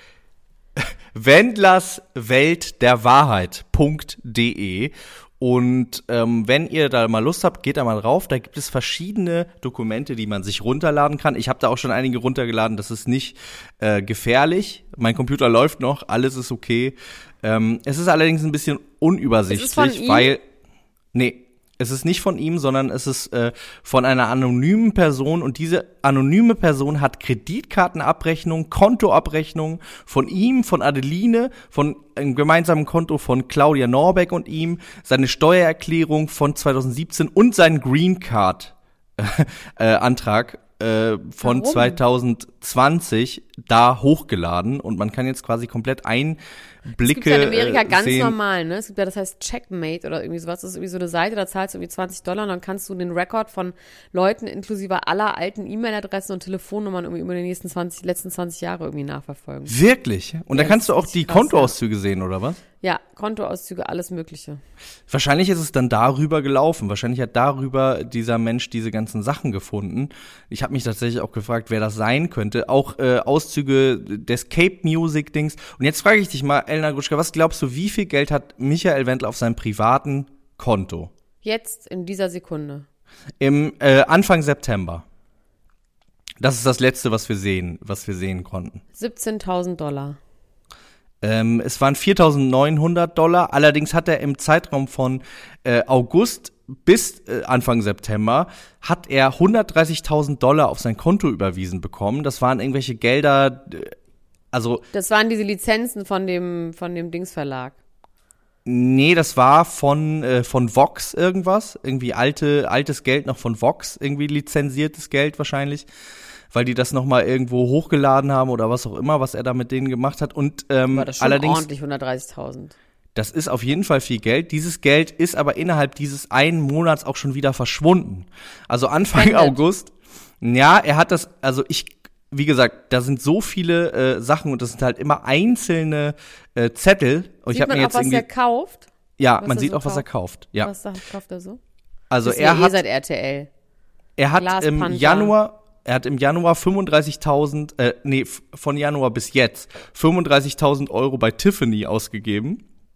wendlersweltderwahrheit.de. Und wenn ihr da mal Lust habt, geht da mal drauf. Da gibt es verschiedene Dokumente, die man sich runterladen kann. Ich habe da auch schon einige runtergeladen. Das ist nicht gefährlich. Mein Computer läuft noch, alles ist okay. Es ist allerdings ein bisschen unübersichtlich, Ist es von ihm? weil... Nee, es ist nicht von ihm, sondern es ist von einer anonymen Person und diese anonyme Person hat Kreditkartenabrechnung, Kontoabrechnung von ihm, von Adeline, von einem gemeinsamen Konto von Claudia Norbeck und ihm, seine Steuererklärung von 2017 und seinen Green Card Antrag von 2020 da hochgeladen und man kann jetzt quasi komplett Einblicke es gibt ja in Amerika ganz sehen. normal, ne? Es gibt ja, das heißt Checkmate oder irgendwie sowas. Das ist irgendwie so eine Seite, da zahlst du irgendwie $20 und dann kannst du den Rekord von Leuten inklusive aller alten E-Mail-Adressen und Telefonnummern irgendwie über die letzten 20 Jahre irgendwie nachverfolgen. Wirklich? Und da Ja, kannst du das auch ist die richtig krass, Kontoauszüge sehen, oder was? Ja, Kontoauszüge, alles Mögliche. Wahrscheinlich ist es dann darüber gelaufen. Wahrscheinlich hat darüber dieser Mensch diese ganzen Sachen gefunden. Ich habe mich tatsächlich auch gefragt, wer das sein könnte. Auch Auszüge des Cape Music Dings. Und jetzt frage ich dich mal, Elena Gruschka, was glaubst du, wie viel Geld hat Michael Wendler auf seinem privaten Konto? Jetzt, in dieser Sekunde. Im Anfang September. Das ist das Letzte, was wir sehen konnten. $17.000. Es waren $4.900. Allerdings hat er im Zeitraum von August bis Anfang September hat er $130.000 auf sein Konto überwiesen bekommen. Das waren irgendwelche Gelder, Das waren diese Lizenzen von dem Dings-Verlag. Nee, das war von Vox irgendwas. Irgendwie altes Geld noch von Vox. Irgendwie lizenziertes Geld wahrscheinlich. Weil die das nochmal irgendwo hochgeladen haben oder was auch immer, was er da mit denen gemacht hat. Und War das schon allerdings ordentlich, 130.000. Das ist auf jeden Fall viel Geld. Dieses Geld ist aber innerhalb dieses einen Monats auch schon wieder verschwunden. Also Anfang August. Ja, er hat das, wie gesagt, da sind so viele Sachen und das sind halt immer einzelne Zettel. Und Sieht man auch, was er kauft? Ja, man sieht auch, was er kauft. Ja. Was kauft er so? Also er hat seit RTL. Er hat im Januar 35.000, von Januar bis jetzt 35.000 Euro bei Tiffany ausgegeben.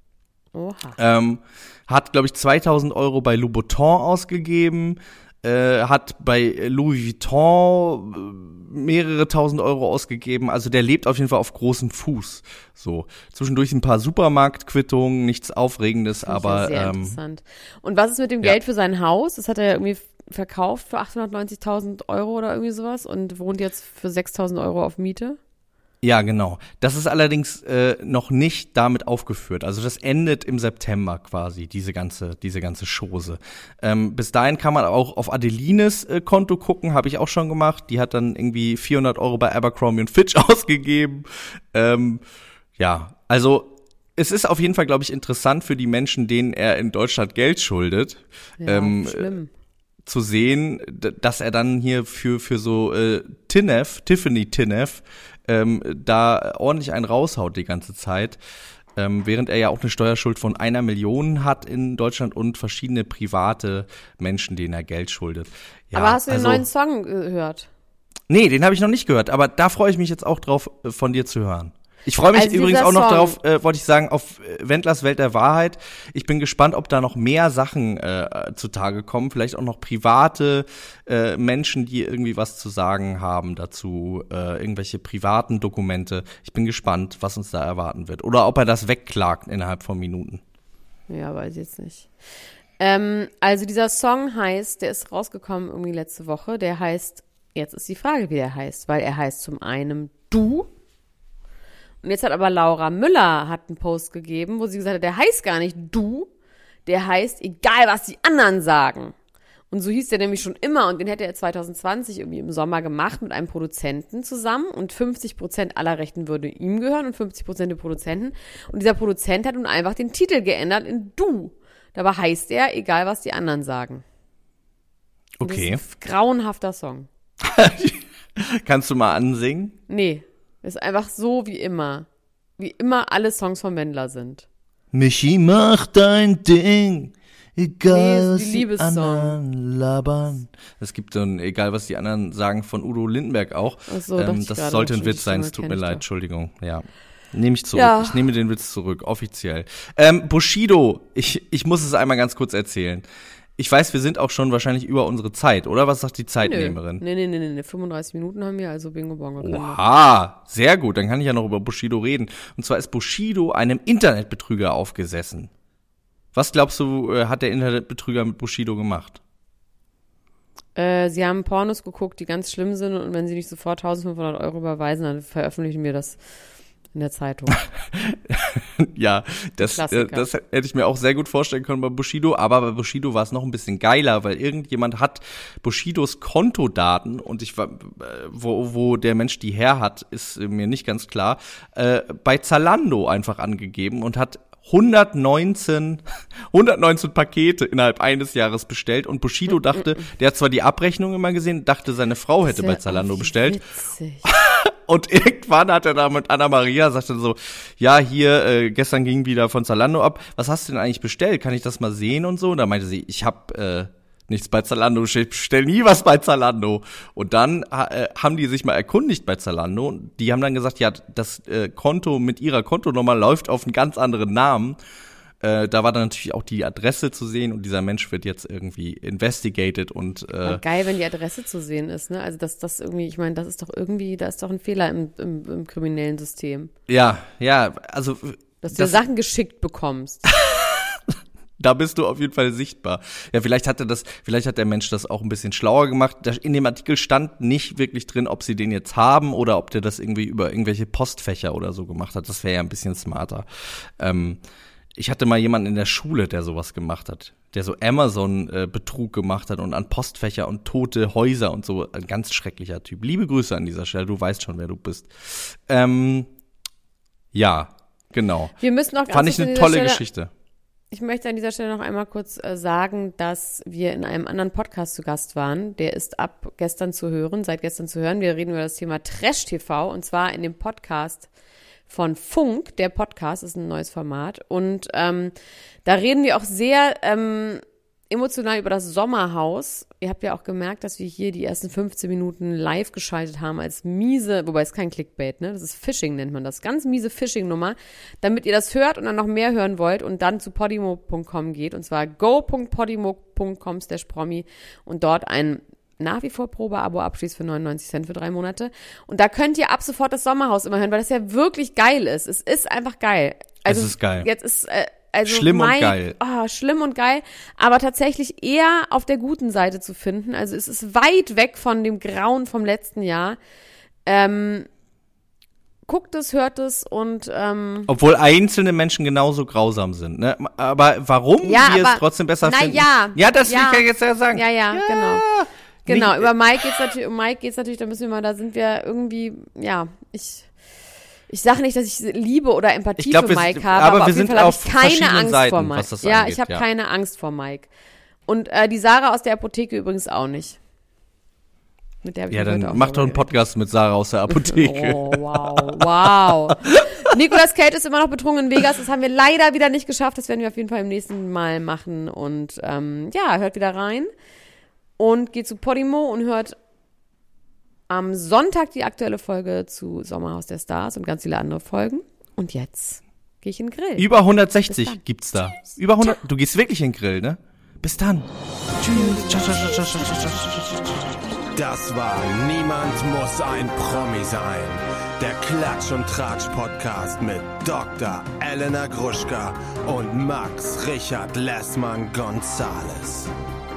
Oha. Hat, glaube ich, 2.000 Euro bei Louboutin ausgegeben, hat bei Louis Vuitton mehrere tausend Euro ausgegeben. Also der lebt auf jeden Fall auf großem Fuß. So, zwischendurch ein paar Supermarktquittungen, nichts Aufregendes, aber sehr interessant. Und was ist mit dem Geld für sein Haus? Das hat er ja irgendwie verkauft für 890.000 Euro oder irgendwie sowas und wohnt jetzt für 6.000 Euro auf Miete. Ja, genau. Das ist allerdings noch nicht damit aufgeführt. Also das endet im September quasi, diese ganze Chose. Bis dahin kann man auch auf Adelines Konto gucken, habe ich auch schon gemacht. Die hat dann irgendwie 400 Euro bei Abercrombie & Fitch ausgegeben. Ja, also es ist auf jeden Fall, glaube ich, interessant für die Menschen, denen er in Deutschland Geld schuldet. Ja, schlimm. Zu sehen, dass er dann hier für so Tiffany TINF da ordentlich einen raushaut die ganze Zeit, während er ja auch eine Steuerschuld von 1 Million hat in Deutschland und verschiedene private Menschen, denen er Geld schuldet. Ja, aber hast du den neuen Song gehört? Nee, den habe ich noch nicht gehört, aber da freue ich mich jetzt auch drauf, von dir zu hören. Ich freue mich übrigens auch noch drauf, wollte ich sagen, auf Wendlers Welt der Wahrheit. Ich bin gespannt, ob da noch mehr Sachen zutage kommen. Vielleicht auch noch private Menschen, die irgendwie was zu sagen haben dazu. Irgendwelche privaten Dokumente. Ich bin gespannt, was uns da erwarten wird. Oder ob er das wegklagt innerhalb von Minuten. Ja, weiß ich jetzt nicht. Also dieser Song heißt, der ist rausgekommen irgendwie letzte Woche. Der heißt, jetzt ist die Frage, wie der heißt. Weil er heißt zum einen Du. Und jetzt hat aber Laura Müller einen Post gegeben, wo sie gesagt hat, der heißt gar nicht Du, der heißt egal, was die anderen sagen. Und so hieß der nämlich schon immer und den hätte er 2020 irgendwie im Sommer gemacht mit einem Produzenten zusammen und 50% aller Rechten würde ihm gehören und 50% dem Produzenten. Und dieser Produzent hat nun einfach den Titel geändert in Du. Dabei heißt er egal, was die anderen sagen. Und Okay. das ist ein grauenhafter Song. Kannst du mal ansingen? Nee. Ist einfach so wie immer. Wie immer alle Songs von Wendler sind. Michi, mach dein Ding. Egal, Nee, was die die Liebessong. anderen labern. Es gibt so ein egal, was die anderen sagen von Udo Lindenberg auch. Ach so, dachte ich das gerade sollte noch ein schon, Witz die sein, es Stimme tut kenn mir ich leid, doch. Entschuldigung. Ja. Nehme ich zurück. Ja. Ich nehme den Witz zurück, offiziell. Bushido, ich muss es einmal ganz kurz erzählen. Ich weiß, wir sind auch schon wahrscheinlich über unsere Zeit, oder? Was sagt die Zeitnehmerin? Nee. 35 Minuten haben wir, also Bingo Bongo. Oha, sehr gut, dann kann ich ja noch über Bushido reden. Und zwar ist Bushido einem Internetbetrüger aufgesessen. Was glaubst du, hat der Internetbetrüger mit Bushido gemacht? Sie haben Pornos geguckt, die ganz schlimm sind und wenn sie nicht sofort 1.500 Euro überweisen, dann veröffentlichen wir das in der Zeitung. Ja, das hätte ich mir auch sehr gut vorstellen können bei Bushido, aber bei Bushido war es noch ein bisschen geiler, weil irgendjemand hat Bushidos Kontodaten und wo der Mensch die her hat, ist mir nicht ganz klar, bei Zalando einfach angegeben und hat 119 Pakete innerhalb eines Jahres bestellt und Bushido dachte, der hat zwar die Abrechnung immer gesehen, dachte, seine Frau hätte bei Zalando bestellt. Witzig. Und irgendwann hat er da mit Anna-Maria, sagte so, ja, hier, gestern ging wieder von Zalando ab, was hast du denn eigentlich bestellt? Kann ich das mal sehen und so? Und da meinte sie, ich hab nichts bei Zalando, ich bestell nie was bei Zalando. Und dann haben die sich mal erkundigt bei Zalando und die haben dann gesagt, ja, das Konto mit ihrer Kontonummer läuft auf einen ganz anderen Namen. Da war dann natürlich auch die Adresse zu sehen und dieser Mensch wird jetzt irgendwie investigated und geil, wenn die Adresse zu sehen ist, ne? Also das irgendwie, ich meine, das ist doch irgendwie, da ist doch ein Fehler im kriminellen System. Ja, also dass du Sachen geschickt bekommst. Da bist du auf jeden Fall sichtbar. Ja, vielleicht hat der Mensch das auch ein bisschen schlauer gemacht. In dem Artikel stand nicht wirklich drin, ob sie den jetzt haben oder ob der das irgendwie über irgendwelche Postfächer oder so gemacht hat. Das wäre ja ein bisschen smarter. Ich hatte mal jemanden in der Schule, der sowas gemacht hat, der so Amazon-Betrug gemacht hat und an Postfächer und tote Häuser und so. Ein ganz schrecklicher Typ. Liebe Grüße an dieser Stelle, du weißt schon, wer du bist. Ja, genau. Wir müssen noch Fand ich eine tolle Geschichte. Ich möchte an dieser Stelle noch einmal kurz sagen, dass wir in einem anderen Podcast zu Gast waren. Der ist seit gestern zu hören. Wir reden über das Thema Trash-TV und zwar in dem Podcast von Funk. Der Podcast ist ein neues Format und da reden wir auch sehr emotional über das Sommerhaus. Ihr habt ja auch gemerkt, dass wir hier die ersten 15 Minuten live geschaltet haben als miese, wobei es kein Clickbait, ne? Das ist Phishing, nennt man das. Ganz miese Phishing-Nummer, damit ihr das hört und dann noch mehr hören wollt und dann zu podimo.com geht und zwar go.podimo.com/promi und dort ein nach wie vor Probeabo abschließt für 99 Cent für 3 Monate. Und da könnt ihr ab sofort das Sommerhaus immer hören, weil das ja wirklich geil ist. Es ist einfach geil. Also es ist geil. Jetzt ist schlimm und geil. Schlimm und geil, aber tatsächlich eher auf der guten Seite zu finden. Also es ist weit weg von dem Grauen vom letzten Jahr. Guckt es, hört es und obwohl einzelne Menschen genauso grausam sind, ne? Aber warum wir es trotzdem besser finden? Ja, das will ich ja jetzt ja sagen. Ja, genau. Über Mike geht's natürlich, da sind wir irgendwie, ich sage nicht, dass ich Liebe oder Empathie für Mike habe, aber auf jeden Fall habe ich keine Angst vor Mike. Ich habe keine Angst vor Mike. Und die Sarah aus der Apotheke übrigens auch nicht. Mit der dann mach doch einen Podcast mit Sarah aus der Apotheke. Oh, wow. Nicolas Cage ist immer noch betrunken in Vegas. Das haben wir leider wieder nicht geschafft. Das werden wir auf jeden Fall im nächsten Mal machen. Und hört wieder rein. Und geht zu Podimo und hört am Sonntag die aktuelle Folge zu Sommerhaus der Stars und ganz viele andere Folgen. Und jetzt gehe ich in den Grill. Über 160 gibt's da. Über 100. Du gehst wirklich in den Grill, ne? Bis dann. Tschüss. Das war Niemand muss ein Promi sein. Der Klatsch- und Tratsch-Podcast mit Dr. Elena Gruschka und Max Richard Lessmann Gonzales.